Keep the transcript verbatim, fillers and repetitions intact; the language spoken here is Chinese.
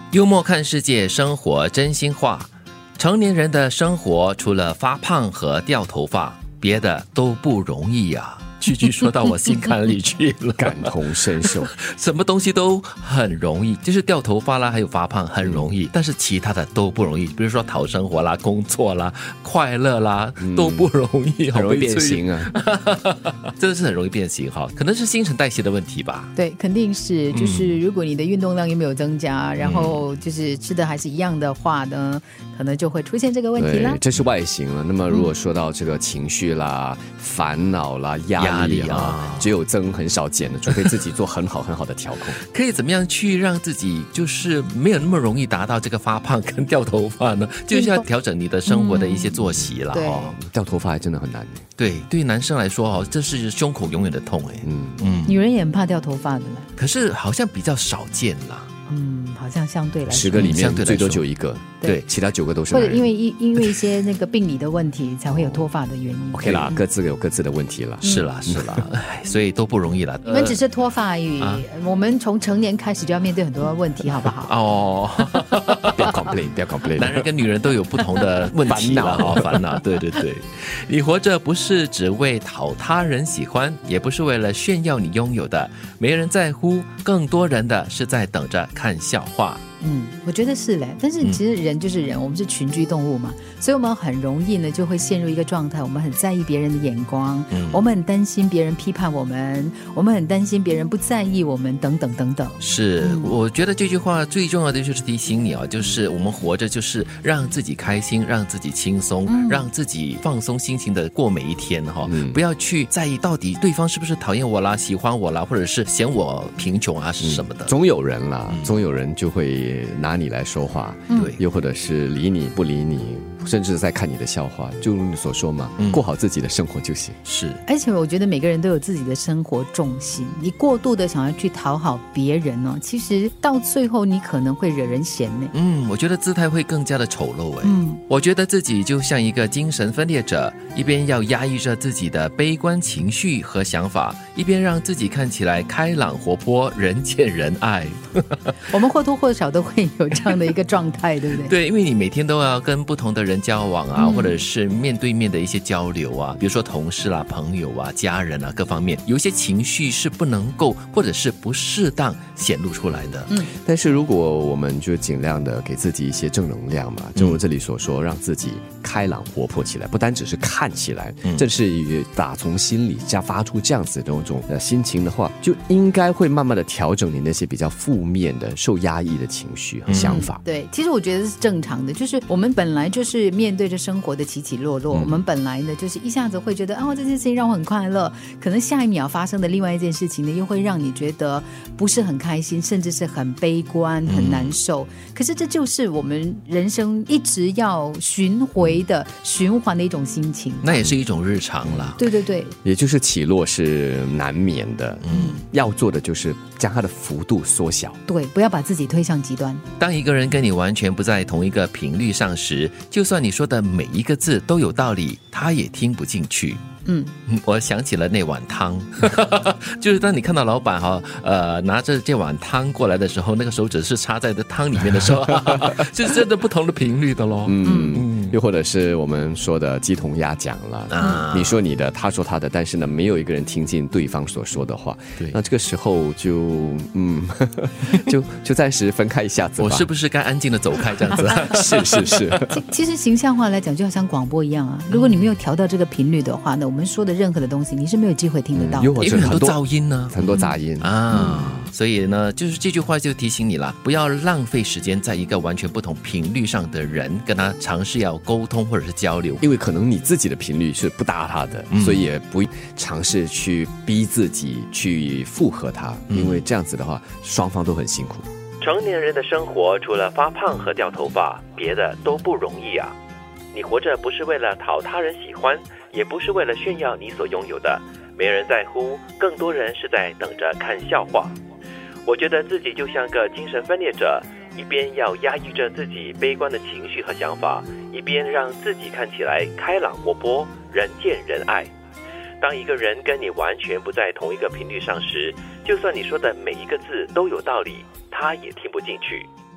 幽默看世界，生活真心话。成年人的生活除了发胖和掉头发，别的都不容易呀、啊。句句说到我心坎里去了， 感同身受。 什么东西都很容易，就是掉头发啦，还有发胖很容易，但是其他的都不容易。比如说讨生活啦、工作啦、快乐啦，嗯、都不容易， 很容易变形啊， 真的是很容易变形哈。可能是新陈代谢的问题吧。 对，肯定是，就是如果你的运动量又没有增加，嗯、然后就是吃的还是一样的话呢，可能就会出现这个问题啦。 这是外形了。那么如果说到这个情绪啦、嗯、烦恼啦、压力。压力啊，只有增很少减的，除非自己做很好很好的调控。 可以怎么样去让自己就是没有那么容易达到这个发胖跟掉头发呢？就是要调整你的生活的一些作息了、嗯、哦。 掉头发还真的很难。 对，对于男生来说哦，这是胸口永远的痛哎。 嗯嗯，女人也很怕掉头发的啦， 可是好像比较少见啦。 嗯，好像相对来说， 十个里面最多就一个， 对， 其他九个都是或者因为因为一些那个病理的问题才会有脱发的原因。 OK 啦，各自有各自的问题了， 是啦是啦，所以都不容易了。 你们只是脱发而已，啊、我们从成年开始就要面对很多问题，好不好？ 哦， 不要 complain， 不要 complain。 男人跟女人都有不同的问题了，烦恼，烦恼，对对对。你活着不是只为讨他人喜欢，也不是为了炫耀你拥有的，没人在乎，更多人的是在等着看笑话。 嗯，我觉得是嘞，但是其实人就是人、嗯、我们是群居动物嘛，所以我们很容易呢就会陷入一个状态，我们很在意别人的眼光、嗯、我们很担心别人批判我们，我们很担心别人不在意我们，等等等等。 是、嗯、我觉得这句话最重要的就是提醒你啊，就是我们活着就是让自己开心，让自己轻松、嗯、让自己放松心情的过每一天哈、哦嗯，不要去在意到底对方是不是讨厌我啦、喜欢我啦，或者是嫌我贫穷啊是什么的、 嗯、总有人啦、嗯、总有人就会拿你来说话，对，又或者是理你不理你，甚至在看你的笑话，就如你所说嘛、嗯、过好自己的生活就行。 是， 而且我觉得每个人都有自己的生活重心，你过度的想要去讨好别人哦，其实到最后你可能会惹人嫌呢。 嗯，我觉得姿态会更加的丑陋哎。嗯，我觉得自己就像一个精神分裂者，一边要压抑着自己的悲观情绪和想法，一边让自己看起来开朗活泼，人见人爱。 我们或多或少都会有这样的一个状态，对不对？ 对，因为你每天都要跟不同的人交往啊、嗯、或者是面对面的一些交流啊，比如说同事啦、朋友啊、家人啊各方面，有一些情绪是不能够或者是不适当显露出来的。 嗯，但是如果我们就尽量的给自己一些正能量嘛，正如这里所说、嗯、让自己开朗活泼起来，不单只是看起来、嗯、正是打从心里加发出这样子的那种心情的话，就应该会慢慢的调整你那些比较负面的受压抑的情绪和想法、 嗯、对，其实我觉得是正常的，就是我们本来就是面对着生活的起起落落、嗯、我们本来呢就是一下子会觉得啊，这件事情让我很快乐，可能下一秒发生的另外一件事情呢又会让你觉得不是很开心，甚至是很悲观很难受、嗯、可是这就是我们人生一直要巡回的循环的一种心情， 那也是一种日常啦、 嗯、对对对， 也就是起落是难免的，嗯，要做的就是将它的幅度缩小， 对，不要把自己推向极端。 当一个人跟你完全不在同一个频率上时，就算你说的每一个字都有道理，他也听不进去。嗯，我想起了那碗汤就是当你看到老板哈、呃，拿着这碗汤过来的时候，那个手指是插在的汤里面的时候就是真的不同的频率的咯。 嗯嗯，又或者是我们说的鸡同鸭讲了、啊、你说你的，他说他的，但是呢没有一个人听进对方所说的话，对，那这个时候就嗯就就暂时分开一下子吧， 我是不是该安静的走开这样子是是是其实形象化来讲就好像广播一样啊，如果你没有调到这个频率的话呢，我们说的任何的东西你是没有机会听得到的、 嗯、因为很多噪音呢， 很多杂音、 嗯、啊、嗯，所以呢就是这句话就提醒你了，不要浪费时间在一个完全不同频率上的人跟他尝试要沟通或者是交流， 因为可能你自己的频率是不搭他的、嗯、所以也不尝试去逼自己去附和他、嗯、因为这样子的话双方都很辛苦。 成年人的生活除了发胖和掉头发，别的都不容易啊。你活着不是为了讨他人喜欢，也不是为了炫耀你所拥有的，没人在乎，更多人是在等着看笑话。我觉得自己就像个精神分裂者，一边要压抑着自己悲观的情绪和想法，一边让自己看起来开朗活泼，人见人爱。当一个人跟你完全不在同一个频率上时，就算你说的每一个字都有道理，他也听不进去。